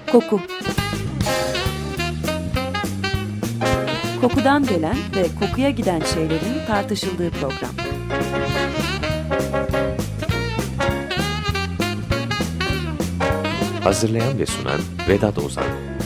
Koku. Kokudan gelen ve kokuya giden şeylerin tartışıldığı program. Hazırlayan ve sunan Vedat Ozan.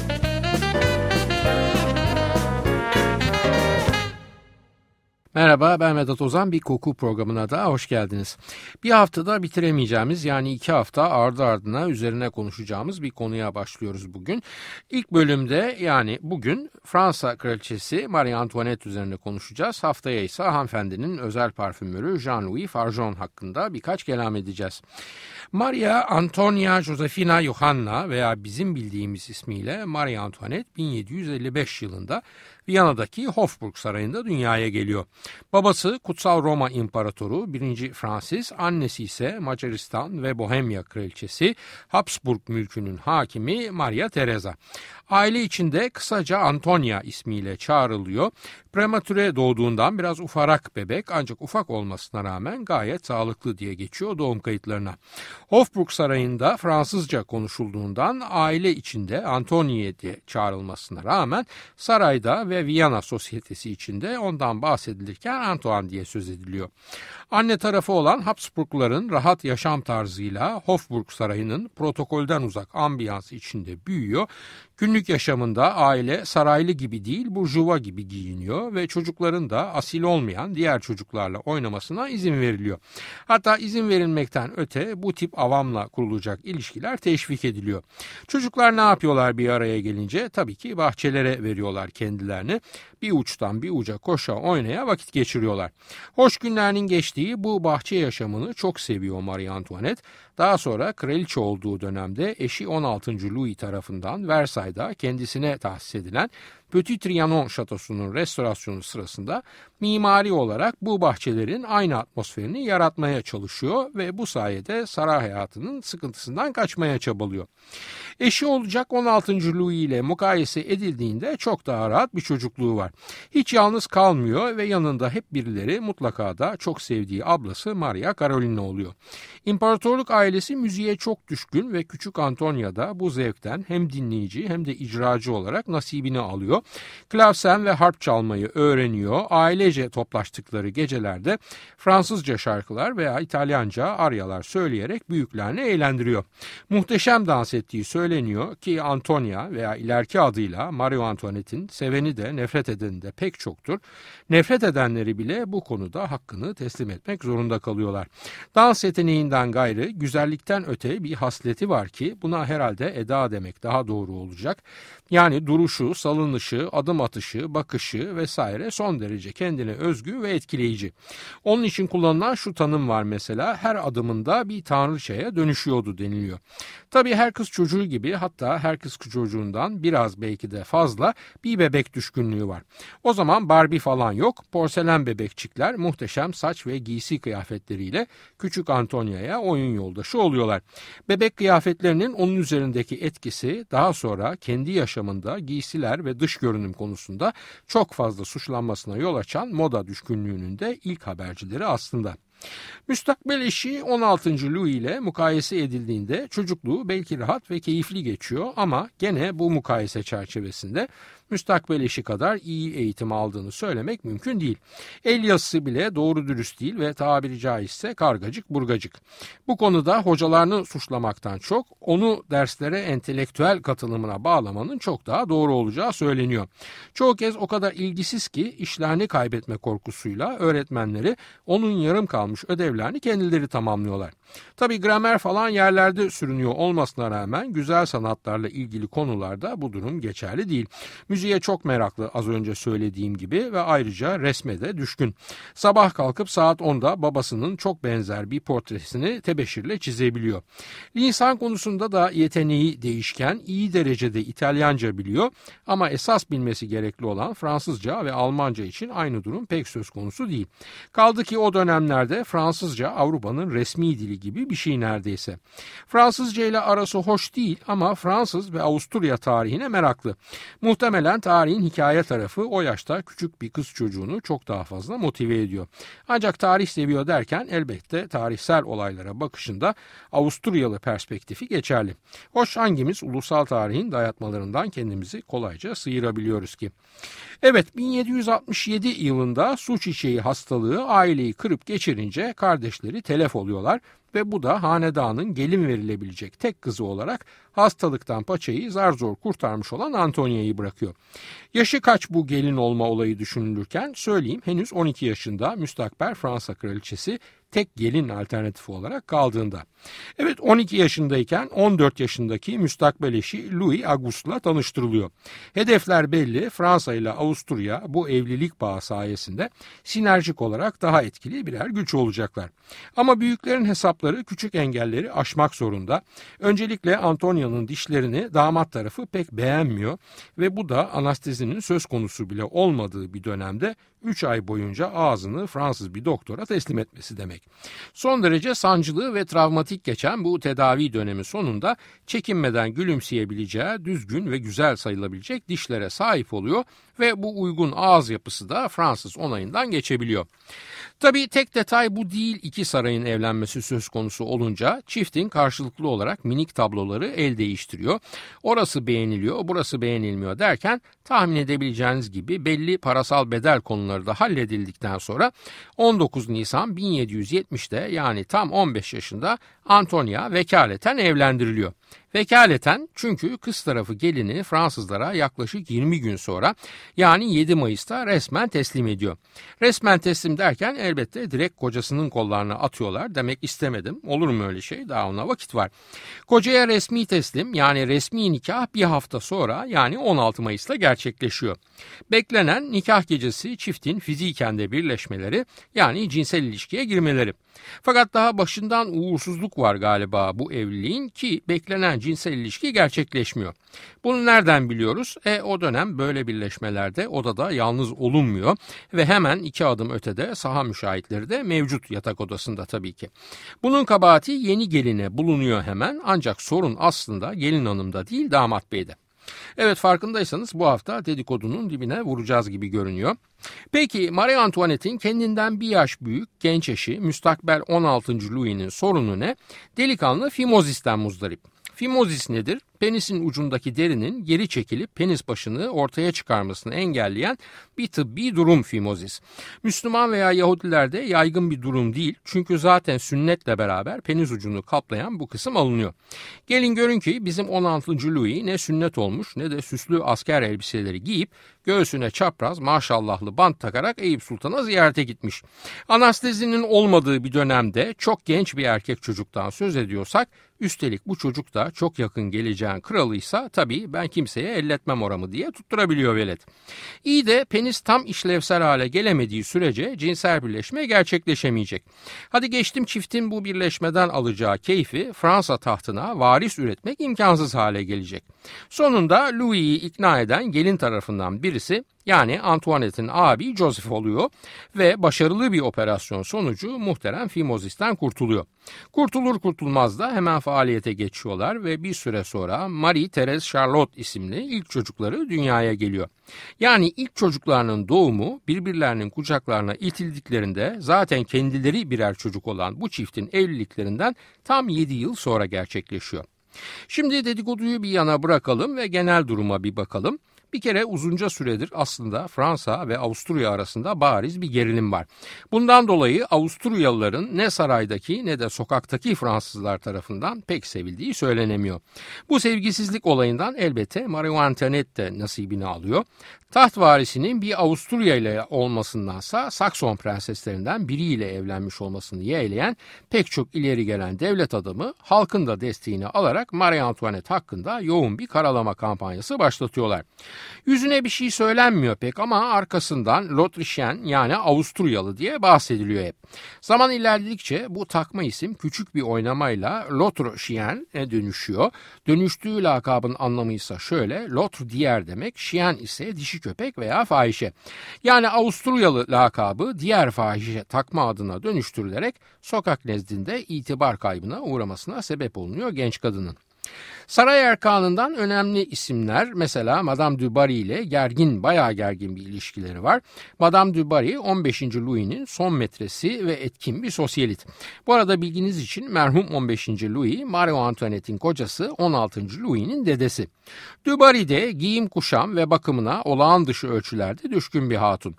Merhaba, ben Vedat Ozan. Bir koku programına da hoş geldiniz. Bir haftada bitiremeyeceğimiz, yani 2 hafta ardı ardına üzerine konuşacağımız bir konuya başlıyoruz bugün. İlk bölümde, yani bugün Fransa Kraliçesi Marie Antoinette üzerine konuşacağız. Haftaya ise hanımefendinin özel parfümörü Jean-Louis Fargeon hakkında birkaç kelam edeceğiz. Maria Antonia Josefina Johanna veya bizim bildiğimiz ismiyle Marie Antoinette 1755 yılında Viyana'daki Hofburg Sarayı'nda dünyaya geliyor. Babası Kutsal Roma İmparatoru 1. Francis, annesi ise Macaristan ve Bohemya Kraliçesi, Habsburg mülkünün hakimi Maria Teresa. Aile içinde kısaca Antonia ismiyle çağrılıyor. Prematüre doğduğundan biraz ufarak bebek, ancak ufak olmasına rağmen gayet sağlıklı diye geçiyor doğum kayıtlarına. Hofburg Sarayı'nda Fransızca konuşulduğundan aile içinde Antonie diye çağrılmasına rağmen sarayda ve Viyana sosyetesi içinde ondan bahsedilirken Antoine diye söz ediliyor. Anne tarafı olan Habsburgların rahat yaşam tarzıyla Hofburg Sarayı'nın protokolden uzak ambiyansı içinde büyüyor. Günlük yaşamında aile saraylı gibi değil, burjuva gibi giyiniyor ve çocukların da asil olmayan diğer çocuklarla oynamasına izin veriliyor. Hatta izin verilmekten öte bu tip avamla kurulacak ilişkiler teşvik ediliyor. Çocuklar ne yapıyorlar bir araya gelince? Tabii ki bahçelere veriyorlar kendilerini. Bir uçtan bir uca koşa oynaya vakit geçiriyorlar. Hoş günlerinin geçtiği bu bahçe yaşamını çok seviyor Marie Antoinette. Daha sonra kraliçe olduğu dönemde eşi 16. Louis tarafından Versailles'da kendisine tahsis edilen Petit Trianon Şatosu'nun restorasyonu sırasında mimari olarak bu bahçelerin aynı atmosferini yaratmaya çalışıyor ve bu sayede saray hayatının sıkıntısından kaçmaya çabalıyor. Eşi olacak 16. Louis ile mukayese edildiğinde çok daha rahat bir çocukluğu var. Hiç yalnız kalmıyor ve yanında hep birileri, mutlaka da çok sevdiği ablası Maria Carolina oluyor. İmparatorluk ailesi müziğe çok düşkün ve küçük Antonia da bu zevkten hem dinleyici hem de icracı olarak nasibini alıyor. Klavsen ve harp çalmayı öğreniyor. Ailece toplaştıkları gecelerde Fransızca şarkılar veya İtalyanca aryalar söyleyerek büyüklerini eğlendiriyor. Muhteşem dans ettiği söyleniyor ki Antonia veya ileriki adıyla Marie Antoinette'in seveni de nefret edeni de pek çoktur. Nefret edenleri bile bu konuda hakkını teslim etmek zorunda kalıyorlar. Dans yeteneğinden gayrı güzellikten öte bir hasleti var ki buna herhalde eda demek daha doğru olacak. Yani duruşu, salınışı, adım atışı, bakışı vesaire son derece kendine özgü ve etkileyici. Onun için kullanılan şu tanım var mesela, her adımında bir tanrıçaya dönüşüyordu deniliyor. Tabii her kız çocuğu gibi, hatta her kız çocuğundan biraz belki de fazla bir bebek düşkünlüğü var. O zaman Barbie falan yok, porselen bebekçikler muhteşem saç ve giysi kıyafetleriyle küçük Antonia'ya oyun yoldaşı oluyorlar. Bebek kıyafetlerinin onun üzerindeki etkisi daha sonra kendi yaşamında giysiler ve dış görünüm konusunda çok fazla suçlanmasına yol açan moda düşkünlüğünün de ilk habercileri aslında. Müstakbel eşi 16. Louis ile mukayese edildiğinde çocukluğu belki rahat ve keyifli geçiyor ama gene bu mukayese çerçevesinde müstakbel eşi kadar iyi eğitim aldığını söylemek mümkün değil. El yazısı bile doğru dürüst değil ve tabiri caizse kargacık burgacık. Bu konuda hocalarını suçlamaktan çok onu derslere entelektüel katılımına bağlamanın çok daha doğru olacağı söyleniyor. Çoğu kez o kadar ilgisiz ki işlerini kaybetme korkusuyla öğretmenleri onun yarım kalmış ödevlerini kendileri tamamlıyorlar. Tabii gramer falan yerlerde sürünüyor olmasına rağmen güzel sanatlarla ilgili konularda bu durum geçerli değil. Müziğe çok meraklı, az önce söylediğim gibi, ve ayrıca resme de düşkün. Sabah kalkıp saat 10'da babasının çok benzer bir portresini tebeşirle çizebiliyor. Lisan konusunda da yeteneği değişken, iyi derecede İtalyanca biliyor ama esas bilmesi gerekli olan Fransızca ve Almanca için aynı durum pek söz konusu değil. Kaldı ki o dönemlerde Fransızca Avrupa'nın resmi dili gibi bir şey neredeyse. Fransızca ile arası hoş değil ama Fransız ve Avusturya tarihine meraklı. Muhtemelen tarihin hikaye tarafı o yaşta küçük bir kız çocuğunu çok daha fazla motive ediyor. Ancak tarih seviyor derken elbette tarihsel olaylara bakışında Avusturyalı perspektifi geçerli. Hoş hangimiz ulusal tarihin dayatmalarından kendimizi kolayca sıyırabiliyoruz ki? Evet, 1767 yılında su çiçeği hastalığı aileyi kırıp geçirince kardeşleri telef oluyorlar ve bu da hanedanın gelin verilebilecek tek kızı olarak hastalıktan paçayı zar zor kurtarmış olan Antonia'yı bırakıyor. Yaşı kaç bu gelin olma olayı düşünülürken söyleyeyim, henüz 12 yaşında müstakbel Fransa kraliçesi tek gelin alternatifi olarak kaldığında. Evet, 12 yaşındayken 14 yaşındaki müstakbel eşi Louis Auguste'la tanıştırılıyor. Hedefler belli, Fransa ile Avusturya bu evlilik bağı sayesinde sinerjik olarak daha etkili birer güç olacaklar. Ama büyüklerin hesapları küçük engelleri aşmak zorunda. Öncelikle Antonia'nın dişlerini damat tarafı pek beğenmiyor ve bu da anestezinin söz konusu bile olmadığı bir dönemde 3 ay boyunca ağzını Fransız bir doktora teslim etmesi demek. Son derece sancılı ve travmatik geçen bu tedavi dönemi sonunda çekinmeden gülümseyebileceği, düzgün ve güzel sayılabilecek dişlere sahip oluyor ve bu uygun ağız yapısı da Fransız onayından geçebiliyor. Tabii tek detay bu değil, iki sarayın evlenmesi söz konusu olunca çiftin karşılıklı olarak minik tabloları el değiştiriyor. Orası beğeniliyor, burası beğenilmiyor derken tahmin edebileceğiniz gibi belli parasal bedel konuları da halledildikten sonra 19 Nisan 1770'te yani tam 15 yaşında Antonia vekaleten evlendiriliyor. Vekaleten çünkü kız tarafı gelini Fransızlara yaklaşık 20 gün sonra yani 7 Mayıs'ta resmen teslim ediyor. Resmen teslim derken elbette direkt kocasının kollarına atıyorlar demek istemedim. Olur mu öyle şey? Daha ona vakit var. Kocaya resmi teslim yani resmi nikah bir hafta sonra yani 16 Mayıs'ta gerçekleşiyor. Beklenen nikah gecesi çiftin fiziken de birleşmeleri yani cinsel ilişkiye girmeleri. Fakat daha başından uğursuzluk var galiba bu evliliğin ki beklenen cinsel ilişki gerçekleşmiyor. Bunu nereden biliyoruz? O dönem böyle birleşmelerde odada yalnız olunmuyor ve hemen 2 adım ötede saha müşahitleri de mevcut yatak odasında tabii ki. Bunun kabahati yeni geline bulunuyor hemen ancak sorun aslında gelin hanımda değil damat beyde. Evet, farkındaysanız bu hafta dedikodunun dibine vuracağız gibi görünüyor. Peki Marie Antoinette'in kendinden bir yaş büyük genç eşi müstakbel 16. Louis'nin sorunu ne? Delikanlı fimozisten muzdarip. Fimozis nedir? Penisin ucundaki derinin geri çekilip penis başını ortaya çıkarmasını engelleyen bir tıbbi durum fimozis. Müslüman veya Yahudilerde yaygın bir durum değil çünkü zaten sünnetle beraber penis ucunu kaplayan bu kısım alınıyor. Gelin görün ki bizim 16. Louis ne sünnet olmuş ne de süslü asker elbiseleri giyip göğsüne çapraz maşallahlı bant takarak Eyüp Sultan'a ziyarete gitmiş. Anestezinin olmadığı bir dönemde çok genç bir erkek çocuktan söz ediyorsak üstelik bu çocuk da çok yakın geleceğin kralıysa tabii ben kimseye elletmem oramı diye tutturabiliyor velet. İyi de penis tam işlevsel hale gelemediği sürece cinsel birleşme gerçekleşemeyecek. Hadi geçtim çiftin bu birleşmeden alacağı keyfi Fransa tahtına varis üretmek imkansız hale gelecek. Sonunda Louis'i ikna eden gelin tarafından birisi yani Antoinette'in abi Joseph oluyor ve başarılı bir operasyon sonucu muhterem fimozisten kurtuluyor. Kurtulur kurtulmaz da hemen faaliyete geçiyorlar ve bir süre sonra Marie Therese Charlotte isimli ilk çocukları dünyaya geliyor. Yani ilk çocuklarının doğumu birbirlerinin kucaklarına itildiklerinde zaten kendileri birer çocuk olan bu çiftin evliliklerinden tam 7 yıl sonra gerçekleşiyor. Şimdi dedikoduyu bir yana bırakalım ve genel duruma bir bakalım. Bir kere uzunca süredir aslında Fransa ve Avusturya arasında bariz bir gerilim var. Bundan dolayı Avusturyalıların ne saraydaki ne de sokaktaki Fransızlar tarafından pek sevildiği söylenemiyor. Bu sevgisizlik olayından elbette Marie Antoinette de nasibini alıyor. Taht varisinin bir Avusturya ile olmasındansa Sakson prenseslerinden biriyle evlenmiş olmasını yeğleyen pek çok ileri gelen devlet adamı halkın da desteğini alarak Marie Antoinette hakkında yoğun bir karalama kampanyası başlatıyorlar. Yüzüne bir şey söylenmiyor pek ama arkasından Lotrişen yani Avusturyalı diye bahsediliyor hep. Zaman ilerledikçe bu takma isim küçük bir oynamayla Lotre-Chien dönüşüyor. Dönüştüğü lakabın anlamı ise şöyle: Lotre diğer demek, Chien ise dişi köpek veya fahişe. Yani Avusturyalı lakabı diğer fahişe takma adına dönüştürülerek sokak nezdinde itibar kaybına uğramasına sebep olunuyor genç kadının. Saray erkanından önemli isimler, mesela Madame du Barry ile bayağı gergin bir ilişkileri var. Madame du Barry 15. Louis'nin son metresi ve etkin bir sosyalit. Bu arada bilginiz için merhum 15. Louis, Marie Antoinette'in kocası 16. Louis'nin dedesi. Du Barry de giyim kuşam ve bakımına olağan dışı ölçülerde düşkün bir hatun.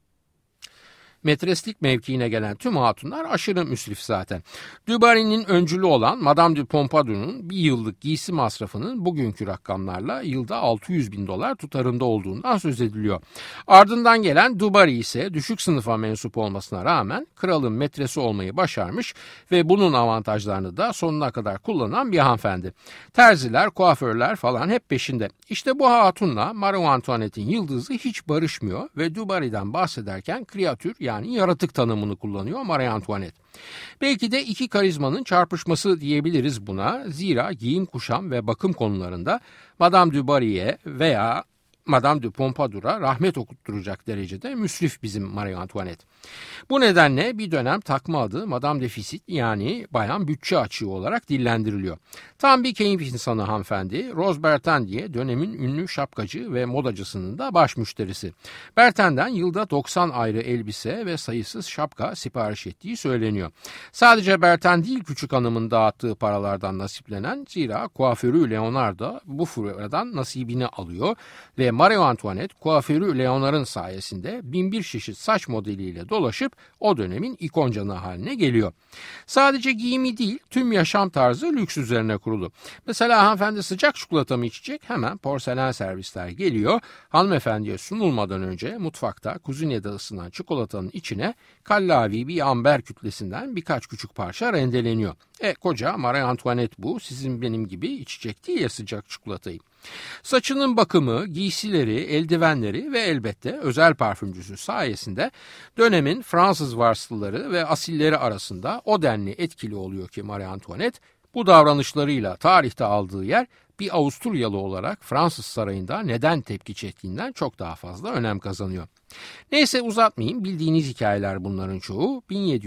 Metreslik mevkiine gelen tüm hatunlar aşırı müsrif zaten. Du Barry'nin öncülü olan Madame de Pompadour'un bir yıllık giysi masrafının bugünkü rakamlarla yılda $600.000 tutarında olduğundan söz ediliyor. Ardından gelen Du Barry ise düşük sınıfa mensup olmasına rağmen kralın metresi olmayı başarmış ve bunun avantajlarını da sonuna kadar kullanan bir hanımefendi. Terziler, kuaförler falan hep peşinde. İşte bu hatunla Marie Antoinette'in yıldızı hiç barışmıyor ve Du Barry'den bahsederken kreatür yani yaratık tanımını kullanıyor Marie Antoinette. Belki de iki karizmanın çarpışması diyebiliriz buna. Zira giyim, kuşam ve bakım konularında Madame du Barry'e veya Madame de Pompadour'a rahmet okutturacak derecede müsrif bizim Marie Antoinette. Bu nedenle bir dönem takma adı Madame Deficit yani bayan bütçe açığı olarak dillendiriliyor. Tam bir keyif insanı hanımefendi. Rose Bertin diye dönemin ünlü şapkacı ve modacısının da baş müşterisi. Bertin'den yılda 90 ayrı elbise ve sayısız şapka sipariş ettiği söyleniyor. Sadece Bertin değil küçük hanımın dağıttığı paralardan nasiplenen, zira kuaförü Leonard da bu furadan nasibini alıyor ve Marie Antoinette kuaförü Leonard'ın sayesinde 1001 çeşit saç modeliyle dolaşıp o dönemin ikon canı haline geliyor. Sadece giyimi değil tüm yaşam tarzı lüks üzerine kurulu. Mesela hanımefendi sıcak çikolata mı içecek, hemen porselen servisler geliyor. Hanımefendiye sunulmadan önce mutfakta kuzinede ısınan çikolatanın içine kallavi bir amber kütlesinden birkaç küçük parça rendeleniyor. Koca Marie Antoinette bu, sizin benim gibi içecek değil ya sıcak çikolatayı. Saçının bakımı, giysileri, eldivenleri ve elbette özel parfümcüsü sayesinde dönemin Fransız varslıları ve asilleri arasında o denli etkili oluyor ki Marie Antoinette bu davranışlarıyla tarihte aldığı yer bir Avusturyalı olarak Fransız sarayında neden tepki çektiğinden çok daha fazla önem kazanıyor. Neyse uzatmayayım, bildiğiniz hikayeler bunların çoğu.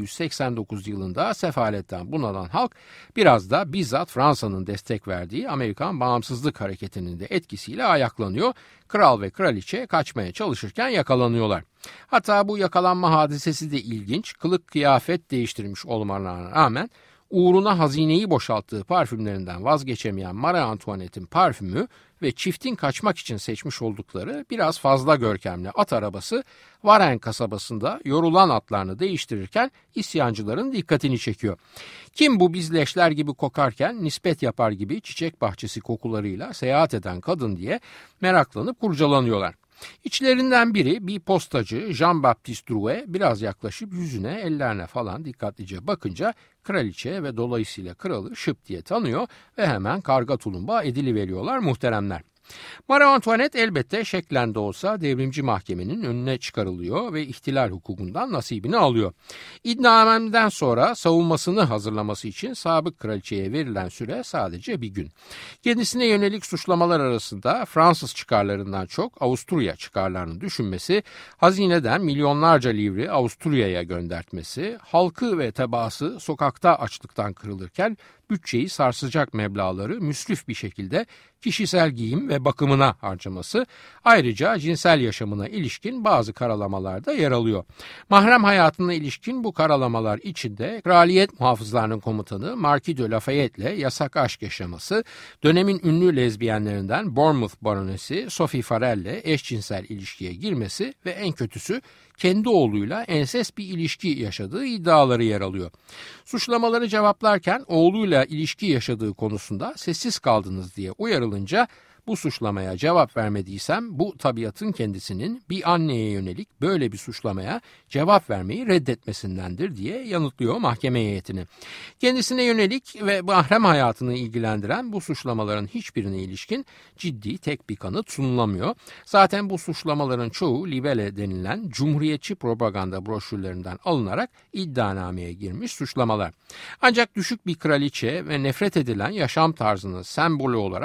1789 yılında sefaletten bunalan halk biraz da bizzat Fransa'nın destek verdiği Amerikan Bağımsızlık Hareketi'nin de etkisiyle ayaklanıyor. Kral ve kraliçe kaçmaya çalışırken yakalanıyorlar. Hatta bu yakalanma hadisesi de ilginç. Kılık kıyafet değiştirmiş olmalarına rağmen uğruna hazineyi boşalttığı parfümlerinden vazgeçemeyen Marie Antoinette'in parfümü ve çiftin kaçmak için seçmiş oldukları biraz fazla görkemli at arabası Varennes kasabasında yorulan atlarını değiştirirken isyancıların dikkatini çekiyor. Kim bu biz leşler gibi kokarken nispet yapar gibi çiçek bahçesi kokularıyla seyahat eden kadın diye meraklanıp kurcalanıyorlar. İçlerinden biri bir postacı Jean-Baptiste Drouet biraz yaklaşıp yüzüne, ellerine falan dikkatlice bakınca kraliçe ve dolayısıyla kralı şıp diye tanıyor ve hemen karga tulumba ediliveriyorlar muhteremler. Marie Antoinette elbette şeklen de olsa devrimci mahkemenin önüne çıkarılıyor ve ihtilal hukukundan nasibini alıyor. İddianameden sonra savunmasını hazırlaması için sabık kraliçeye verilen süre sadece bir gün. Kendisine yönelik suçlamalar arasında Fransız çıkarlarından çok Avusturya çıkarlarını düşünmesi, hazineden milyonlarca livri Avusturya'ya göndertmesi, halkı ve tebaası sokakta açlıktan kırılırken bütçeyi sarsacak meblağları müsrif bir şekilde kişisel giyim ve bakımına harcaması, ayrıca cinsel yaşamına ilişkin bazı karalamalarda yer alıyor. Mahrem hayatına ilişkin bu karalamalar içinde kraliyet muhafızlarının komutanı Marquis de Lafayette ile yasak aşk yaşaması, dönemin ünlü lezbiyenlerinden Bournemouth baronesi Sophie Farrell ile eşcinsel ilişkiye girmesi ve en kötüsü kendi oğluyla ensest bir ilişki yaşadığı iddiaları yer alıyor. Suçlamaları cevaplarken oğluyla ilişki yaşadığı konusunda sessiz kaldınız diye uyarılınca bu suçlamaya cevap vermediysem bu tabiatın kendisinin bir anneye yönelik böyle bir suçlamaya cevap vermeyi reddetmesindendir diye yanıtlıyor mahkeme heyetini. Kendisine yönelik ve mahrem hayatını ilgilendiren bu suçlamaların hiçbirine ilişkin ciddi tek bir kanıt sunulamıyor. Zaten bu suçlamaların çoğu libelle denilen cumhuriyetçi propaganda broşürlerinden alınarak iddianameye girmiş suçlamalar. Ancak düşük bir kraliçe ve nefret edilen yaşam tarzının sembolü olarak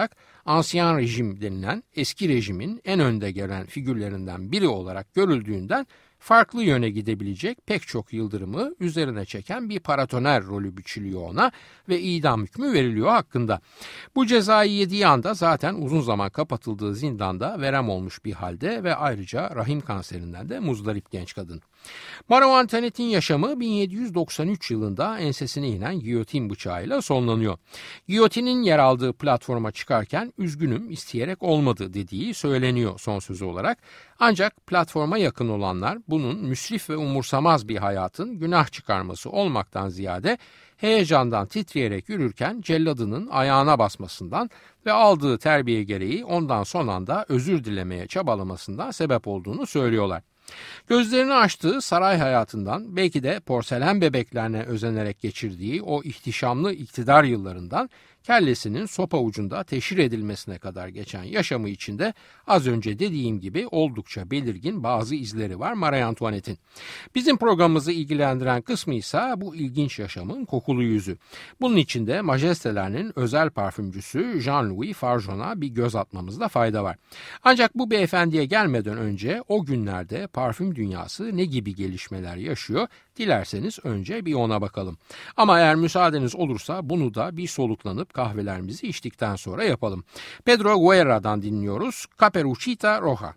Ancien rejim denilen eski rejimin en önde gelen figürlerinden biri olarak görüldüğünden farklı yöne gidebilecek pek çok yıldırımı üzerine çeken bir paratoner rolü biçiliyor ona ve idam hükmü veriliyor hakkında. Bu cezayı yediği anda zaten uzun zaman kapatıldığı zindanda verem olmuş bir halde ve ayrıca rahim kanserinden de muzdarip genç kadın. Marie Antoinette'in yaşamı 1793 yılında ensesine inen giyotin bıçağıyla sonlanıyor. Giyotinin yer aldığı platforma çıkarken üzgünüm isteyerek olmadı dediği söyleniyor son sözü olarak. Ancak platforma yakın olanlar bunun müsrif ve umursamaz bir hayatın günah çıkarması olmaktan ziyade heyecandan titreyerek yürürken celladının ayağına basmasından ve aldığı terbiye gereği ondan son anda özür dilemeye çabalamasından sebep olduğunu söylüyorlar. Gözlerini açtığı saray hayatından belki de porselen bebeklerine özenerek geçirdiği o ihtişamlı iktidar yıllarından kellesinin sopa ucunda teşhir edilmesine kadar geçen yaşamı içinde az önce dediğim gibi oldukça belirgin bazı izleri var Marie Antoinette'in. Bizim programımızı ilgilendiren kısmı ise bu ilginç yaşamın kokulu yüzü. Bunun için de majestelerinin özel parfümcüsü Jean-Louis Fargeon'a bir göz atmamızda fayda var. Ancak bu beyefendiye gelmeden önce o günlerde parfüm dünyası ne gibi gelişmeler yaşıyor? Dilerseniz önce bir ona bakalım. Ama eğer müsaadeniz olursa bunu da bir soluklanıp kahvelerimizi içtikten sonra yapalım. Pedro Guerra'dan dinliyoruz. Caperucita Roja.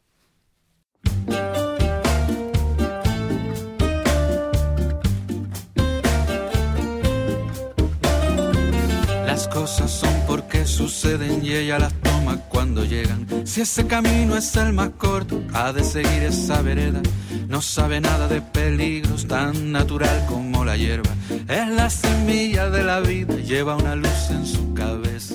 Las cosas son porque suceden y ella las toma cuando llegan. Si ese camino es el más corto, ha de seguir esa vereda. No sabe nada de peligros, tan natural como la hierba. Es la semilla de la vida, lleva una luz en su cabeza.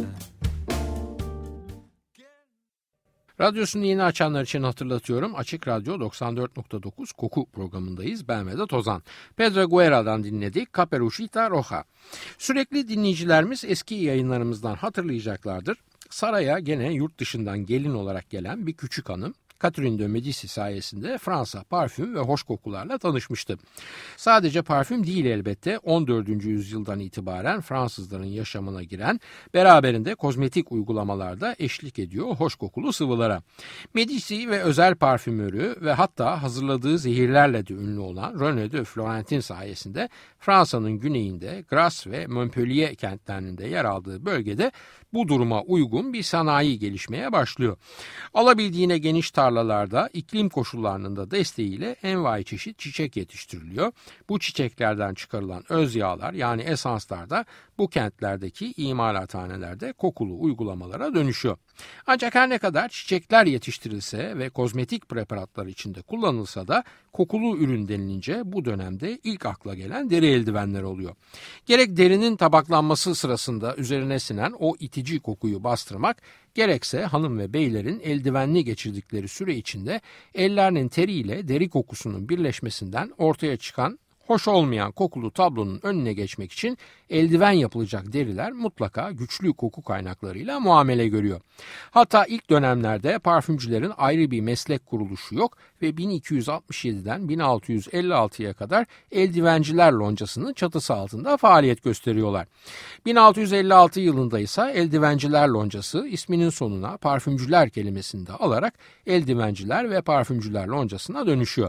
Radyosunu yeni açanlar için hatırlatıyorum. Açık Radyo 94.9 Koku programındayız. Ben Vedat Ozan. Pedro Guerra'dan dinledik. Caperucita Roja. Sürekli dinleyicilerimiz eski yayınlarımızdan hatırlayacaklardır. Saraya gene yurt dışından gelin olarak gelen bir küçük hanım, Catherine de Medici sayesinde Fransa parfüm ve hoş kokularla tanışmıştı. Sadece parfüm değil elbette 14. yüzyıldan itibaren Fransızların yaşamına giren, beraberinde kozmetik uygulamalarda eşlik ediyor hoş kokulu sıvılara. Medici ve özel parfümörü ve hatta hazırladığı zehirlerle de ünlü olan René de Florentin sayesinde Fransa'nın güneyinde Grasse ve Montpellier kentlerinde yer aldığı bölgede bu duruma uygun bir sanayi gelişmeye başlıyor. Alabildiğine geniş tarlalarda iklim koşullarının da desteğiyle envai çeşit çiçek yetiştiriliyor. Bu çiçeklerden çıkarılan öz yağlar yani esanslar da bu kentlerdeki imalathanelerde kokulu uygulamalara dönüşüyor. Ancak her ne kadar çiçekler yetiştirilse ve kozmetik preparatlar içinde kullanılsa da kokulu ürün denilince bu dönemde ilk akla gelen deri eldivenler oluyor. Gerek derinin tabaklanması sırasında üzerine sinen o itici kokuyu bastırmak, gerekse hanım ve beylerin eldivenli geçirdikleri süre içinde ellerinin teriyle deri kokusunun birleşmesinden ortaya çıkan hoş olmayan kokulu tablonun önüne geçmek için eldiven yapılacak deriler mutlaka güçlü koku kaynaklarıyla muamele görüyor. Hatta ilk dönemlerde parfümcülerin ayrı bir meslek kuruluşu yok ve 1267'den 1656'ya kadar eldivenciler loncasının çatısı altında faaliyet gösteriyorlar. 1656 yılında ise eldivenciler loncası isminin sonuna parfümcüler kelimesini de alarak eldivenciler ve parfümcüler loncasına dönüşüyor.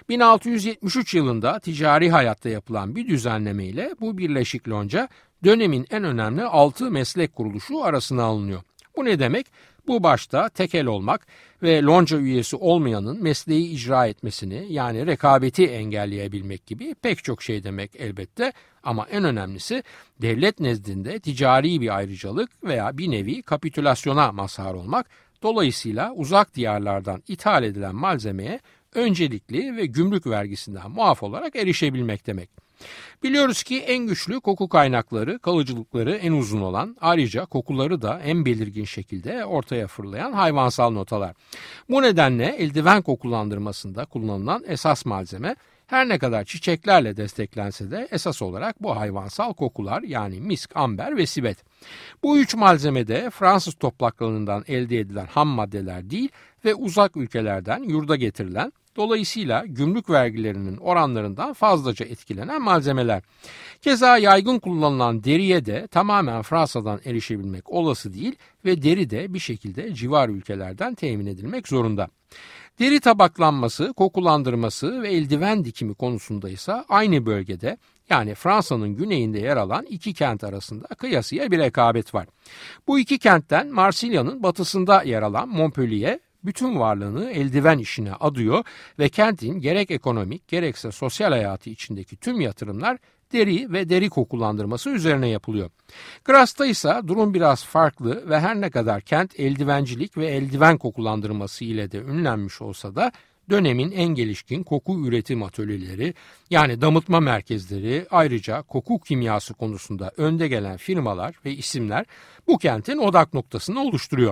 1673 yılında ticari hayatta yapılan bir düzenleme ile bu birleşik lonca dönemin en önemli 6 meslek kuruluşu arasına alınıyor. Bu ne demek? Bu başta tekel olmak ve lonca üyesi olmayanın mesleği icra etmesini yani rekabeti engelleyebilmek gibi pek çok şey demek elbette ama en önemlisi devlet nezdinde ticari bir ayrıcalık veya bir nevi kapitülasyona mazhar olmak, dolayısıyla uzak diyarlardan ithal edilen malzemeye öncelikli ve gümrük vergisinden muaf olarak erişebilmek demek. Biliyoruz ki en güçlü koku kaynakları, kalıcılıkları en uzun olan, ayrıca kokuları da en belirgin şekilde ortaya fırlayan hayvansal notalar. Bu nedenle eldiven kokulandırmasında kullanılan esas malzeme her ne kadar çiçeklerle desteklense de esas olarak bu hayvansal kokular yani misk, amber ve sibet. Bu üç malzeme de Fransız topraklarından elde edilen ham maddeler değil ve uzak ülkelerden yurda getirilen, Dolayısıyla gümrük vergilerinin oranlarından fazlaca etkilenen malzemeler. Keza yaygın kullanılan deriye de tamamen Fransa'dan erişebilmek olası değil ve deri de bir şekilde civar ülkelerden temin edilmek zorunda. Deri tabaklanması, kokulandırması ve eldiven dikimi konusunda ise aynı bölgede, yani Fransa'nın güneyinde yer alan iki kent arasında kıyasıya bir rekabet var. Bu iki kentten Marsilya'nın batısında yer alan Montpellier bütün varlığını eldiven işine adıyor ve kentin gerek ekonomik gerekse sosyal hayatı içindeki tüm yatırımlar deri ve deri kokulandırması üzerine yapılıyor. Grass'ta ise durum biraz farklı ve her ne kadar kent eldivencilik ve eldiven kokulandırması ile de ünlenmiş olsa da dönemin en gelişkin koku üretim atölyeleri, yani damıtma merkezleri, ayrıca koku kimyası konusunda önde gelen firmalar ve isimler bu kentin odak noktasını oluşturuyor.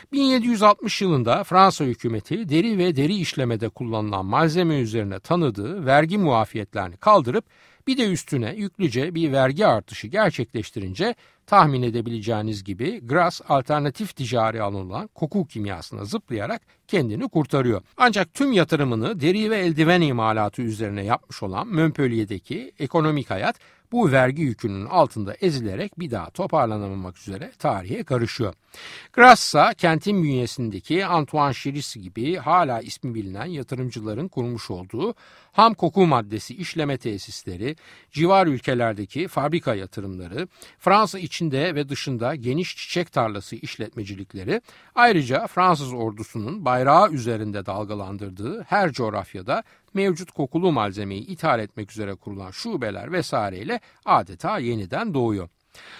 1760 yılında Fransa hükümeti deri ve deri işlemede kullanılan malzeme üzerine tanıdığı vergi muafiyetlerini kaldırıp bir de üstüne yüklüce bir vergi artışı gerçekleştirince tahmin edebileceğiniz gibi Grasse alternatif ticari alan olan koku kimyasına zıplayarak kendini kurtarıyor. Ancak tüm yatırımını deri ve eldiven imalatı üzerine yapmış olan Montpellier'deki ekonomik hayat bu vergi yükünün altında ezilerek bir daha toparlanamamak üzere tarihe karışıyor. Grasse ise kentin bünyesindeki Antoine Chiris gibi hala ismi bilinen yatırımcıların kurmuş olduğu ham koku maddesi işleme tesisleri, civar ülkelerdeki fabrika yatırımları, Fransa içinde ve dışında geniş çiçek tarlası işletmecilikleri, ayrıca Fransız ordusunun bayrağı üzerinde dalgalandırdığı her coğrafyada mevcut kokulu malzemeyi ithal etmek üzere kurulan şubeler vesaireyle adeta yeniden doğuyor.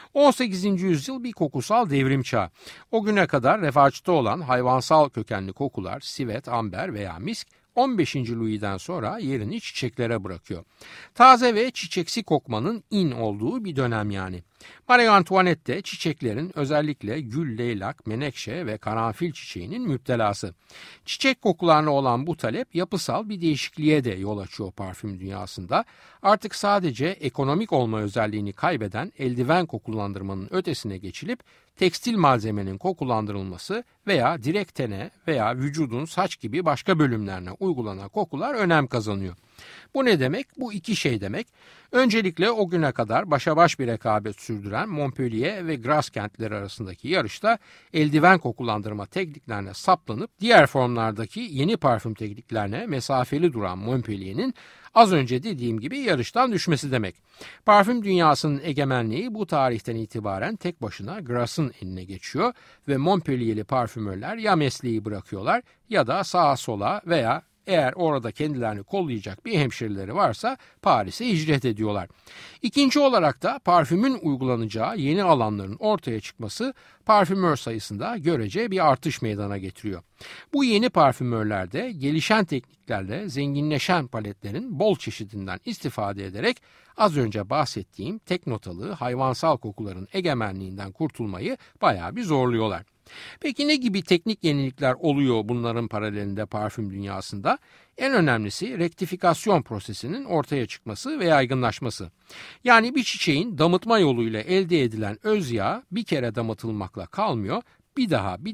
18. yüzyıl bir kokusal devrim çağı. O güne kadar revaçta olan hayvansal kökenli kokular, sivet, amber veya misk 15. Louis'den sonra yerini çiçeklere bırakıyor. Taze ve çiçeksi kokmanın in olduğu bir dönem yani. Marie Antoinette de çiçeklerin özellikle gül, leylak, menekşe ve karanfil çiçeğinin müptelası. Çiçek kokularına olan bu talep yapısal bir değişikliğe de yol açıyor parfüm dünyasında. Artık sadece ekonomik olma özelliğini kaybeden eldiven kokulandırmanın ötesine geçilip tekstil malzemenin kokulandırılması veya direkt tene veya vücudun saç gibi başka bölümlerine uygulanan kokular önem kazanıyor. Bu ne demek? Bu iki şey demek. Öncelikle o güne kadar başa baş bir rekabet sürdüren Montpellier ve Grasse kentleri arasındaki yarışta eldiven kokulandırma tekniklerine saplanıp diğer formlardaki yeni parfüm tekniklerine mesafeli duran Montpellier'in az önce dediğim gibi yarıştan düşmesi demek. Parfüm dünyasının egemenliği bu tarihten itibaren tek başına Grasse'ın eline geçiyor ve Montpellier'li parfümörler ya mesleği bırakıyorlar ya da sağa sola veya eğer orada kendilerini kollayacak bir hemşerileri varsa Paris'e hicret ediyorlar. İkinci olarak da parfümün uygulanacağı yeni alanların ortaya çıkması parfümör sayısında görece bir artış meydana getiriyor. Bu yeni parfümörlerde gelişen tekniklerle zenginleşen paletlerin bol çeşidinden istifade ederek az önce bahsettiğim tek notalı hayvansal kokuların egemenliğinden kurtulmayı bayağı bir zorluyorlar. Peki ne gibi teknik yenilikler oluyor bunların paralelinde parfüm dünyasında? En önemlisi rektifikasyon prosesinin ortaya çıkması ve yaygınlaşması. Yani bir çiçeğin damıtma yoluyla elde edilen öz yağ bir kere damıtılmakla kalmıyor, bir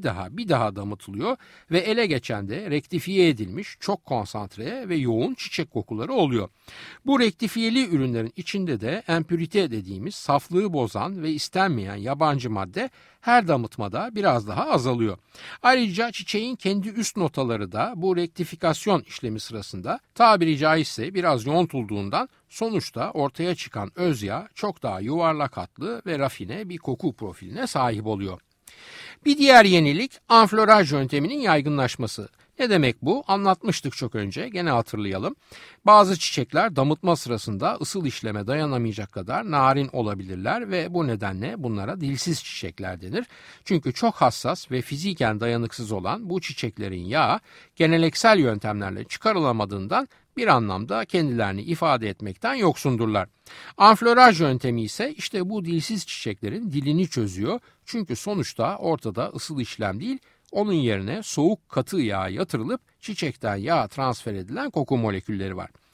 daha damıtılıyor ve ele geçen de rektifiye edilmiş çok konsantre ve yoğun çiçek kokuları oluyor. Bu rektifiyeli ürünlerin içinde de empürite dediğimiz saflığı bozan ve istenmeyen yabancı madde her damıtmada biraz daha azalıyor. Ayrıca çiçeğin kendi üst notaları da bu rektifikasyon işlemi sırasında tabiri caizse biraz yontulduğundan sonuçta ortaya çıkan öz yağ çok daha yuvarlak hatlı ve rafine bir koku profiline sahip oluyor. Bir diğer yenilik enfloraj yönteminin yaygınlaşması. Ne demek bu? Anlatmıştık çok önce, gene hatırlayalım. Bazı çiçekler damıtma sırasında ısıl işleme dayanamayacak kadar narin olabilirler ve bu nedenle bunlara dilsiz çiçekler denir. Çünkü çok hassas ve fiziken dayanıksız olan bu çiçeklerin yağı geleneksel yöntemlerle çıkarılamadığından bir anlamda kendilerini ifade etmekten yoksundurlar. Enfloraj yöntemi ise işte bu dilsiz çiçeklerin dilini çözüyor. Çünkü sonuçta ortada ısıl işlem değil, onun yerine soğuk katı yağ yatırılıp çiçekten yağa transfer edilen koku molekülleri var.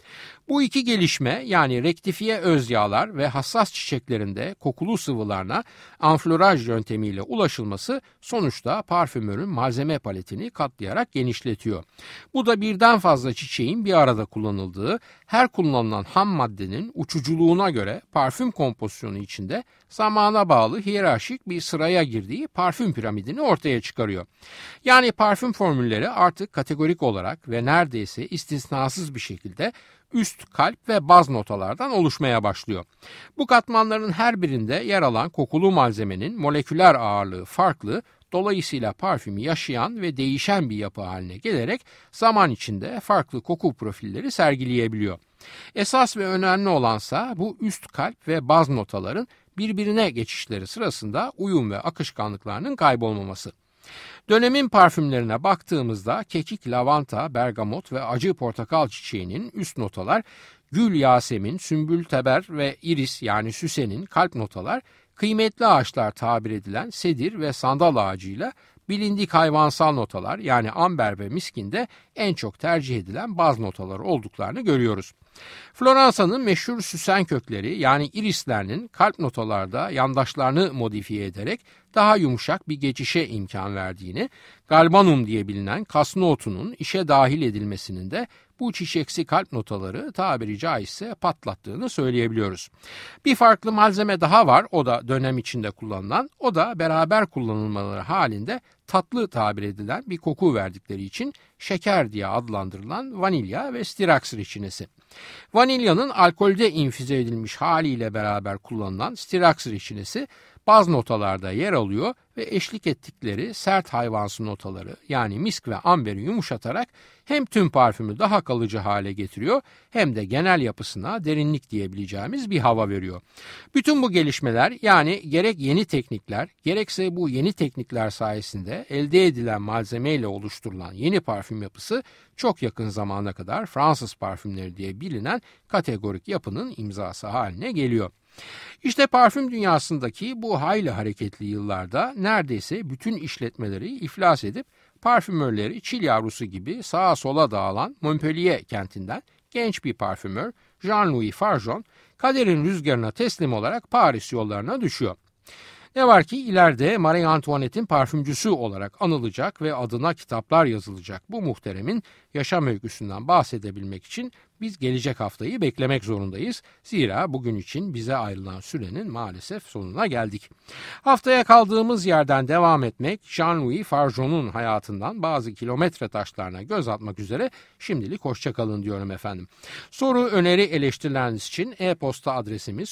Bu iki gelişme yani rektifiye öz yağlar ve hassas çiçeklerinde kokulu sıvılarına enfloraj yöntemiyle ulaşılması sonuçta parfümörün malzeme paletini katlayarak genişletiyor. Bu da birden fazla çiçeğin bir arada kullanıldığı, her kullanılan ham maddenin uçuculuğuna göre parfüm kompozisyonu içinde zamana bağlı hiyerarşik bir sıraya girdiği parfüm piramidini ortaya çıkarıyor. Yani parfüm formülleri artık kategorik olarak ve neredeyse istisnasız bir şekilde üst, kalp ve baz notalardan oluşmaya başlıyor. Bu katmanların her birinde yer alan kokulu malzemenin moleküler ağırlığı farklı, dolayısıyla parfümü yaşayan ve değişen bir yapı haline gelerek zaman içinde farklı koku profilleri sergileyebiliyor. Esas ve önemli olansa bu üst kalp ve baz notaların birbirine geçişleri sırasında uyum ve akışkanlıklarının kaybolmaması. Dönemin parfümlerine baktığımızda kekik, lavanta, bergamot ve acı portakal çiçeğinin üst notalar, gül, yasemin, sümbül, teber ve iris yani süsenin kalp notalar, kıymetli ağaçlar tabir edilen sedir ve sandal ağacıyla bilindik hayvansal notalar yani amber ve miskinde en çok tercih edilen baz notaları olduklarını görüyoruz. Floransa'nın meşhur süsen kökleri yani irislerinin kalp notalarda yandaşlarını modifiye ederek daha yumuşak bir geçişe imkan verdiğini, galbanum diye bilinen kasno otunun işe dahil edilmesinin de bu çiçeksi kalp notaları tabiri caizse patlattığını söyleyebiliyoruz. Bir farklı malzeme daha var, o da dönem içinde kullanılan, o da beraber kullanılmaları halinde tatlı tabir edilen bir koku verdikleri için şeker diye adlandırılan vanilya ve stirax reçinesi. Vanilyanın alkolde infüze edilmiş haliyle beraber kullanılan stirax reçinesi baz notalarda yer alıyor ve eşlik ettikleri sert hayvansı notaları yani misk ve amberi yumuşatarak hem tüm parfümü daha kalıcı hale getiriyor hem de genel yapısına derinlik diyebileceğimiz bir hava veriyor. Bütün bu gelişmeler yani gerek yeni teknikler gerekse bu yeni teknikler sayesinde elde edilen malzemeyle oluşturulan yeni parfüm yapısı çok yakın zamana kadar Fransız parfümleri diye bilinen kategorik yapının imzası haline geliyor. İşte parfüm dünyasındaki bu hayli hareketli yıllarda neredeyse bütün işletmeleri iflas edip parfümörleri çil yavrusu gibi sağa sola dağılan Montpellier kentinden genç bir parfümör Jean-Louis Farjon kaderin rüzgarına teslim olarak Paris yollarına düşüyor. Ne var ki ileride Marie Antoinette'in parfümcüsü olarak anılacak ve adına kitaplar yazılacak bu muhteremin yaşam öyküsünden bahsedebilmek için biz gelecek haftayı beklemek zorundayız. Zira bugün için bize ayrılan sürenin maalesef sonuna geldik. Haftaya kaldığımız yerden devam etmek, Jean-Louis Farjon'un hayatından bazı kilometre taşlarına göz atmak üzere şimdilik hoşçakalın diyorum efendim. Soru, öneri, eleştirileriniz için e-posta adresimiz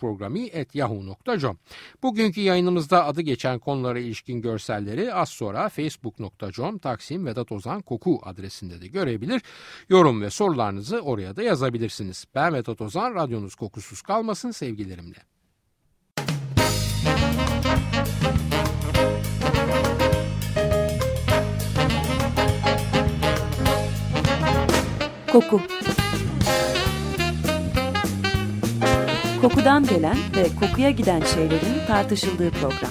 kokuprogrami@yahoo.com. Bugünkü yayınımızda adı geçen konulara ilişkin görselleri az sonra facebook.com/Vedat Ozan Koku adresinde de görebilir. Yorum ve sorularınızı oraya da yazabilirsiniz. Ben Vedat Ozan, radyonuz kokusuz kalmasın sevgilerimle. Koku. Kokudan gelen ve kokuya giden şeylerin tartışıldığı program.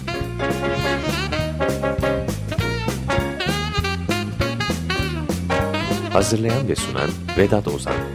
Hazırlayan ve sunan Vedat Ozan.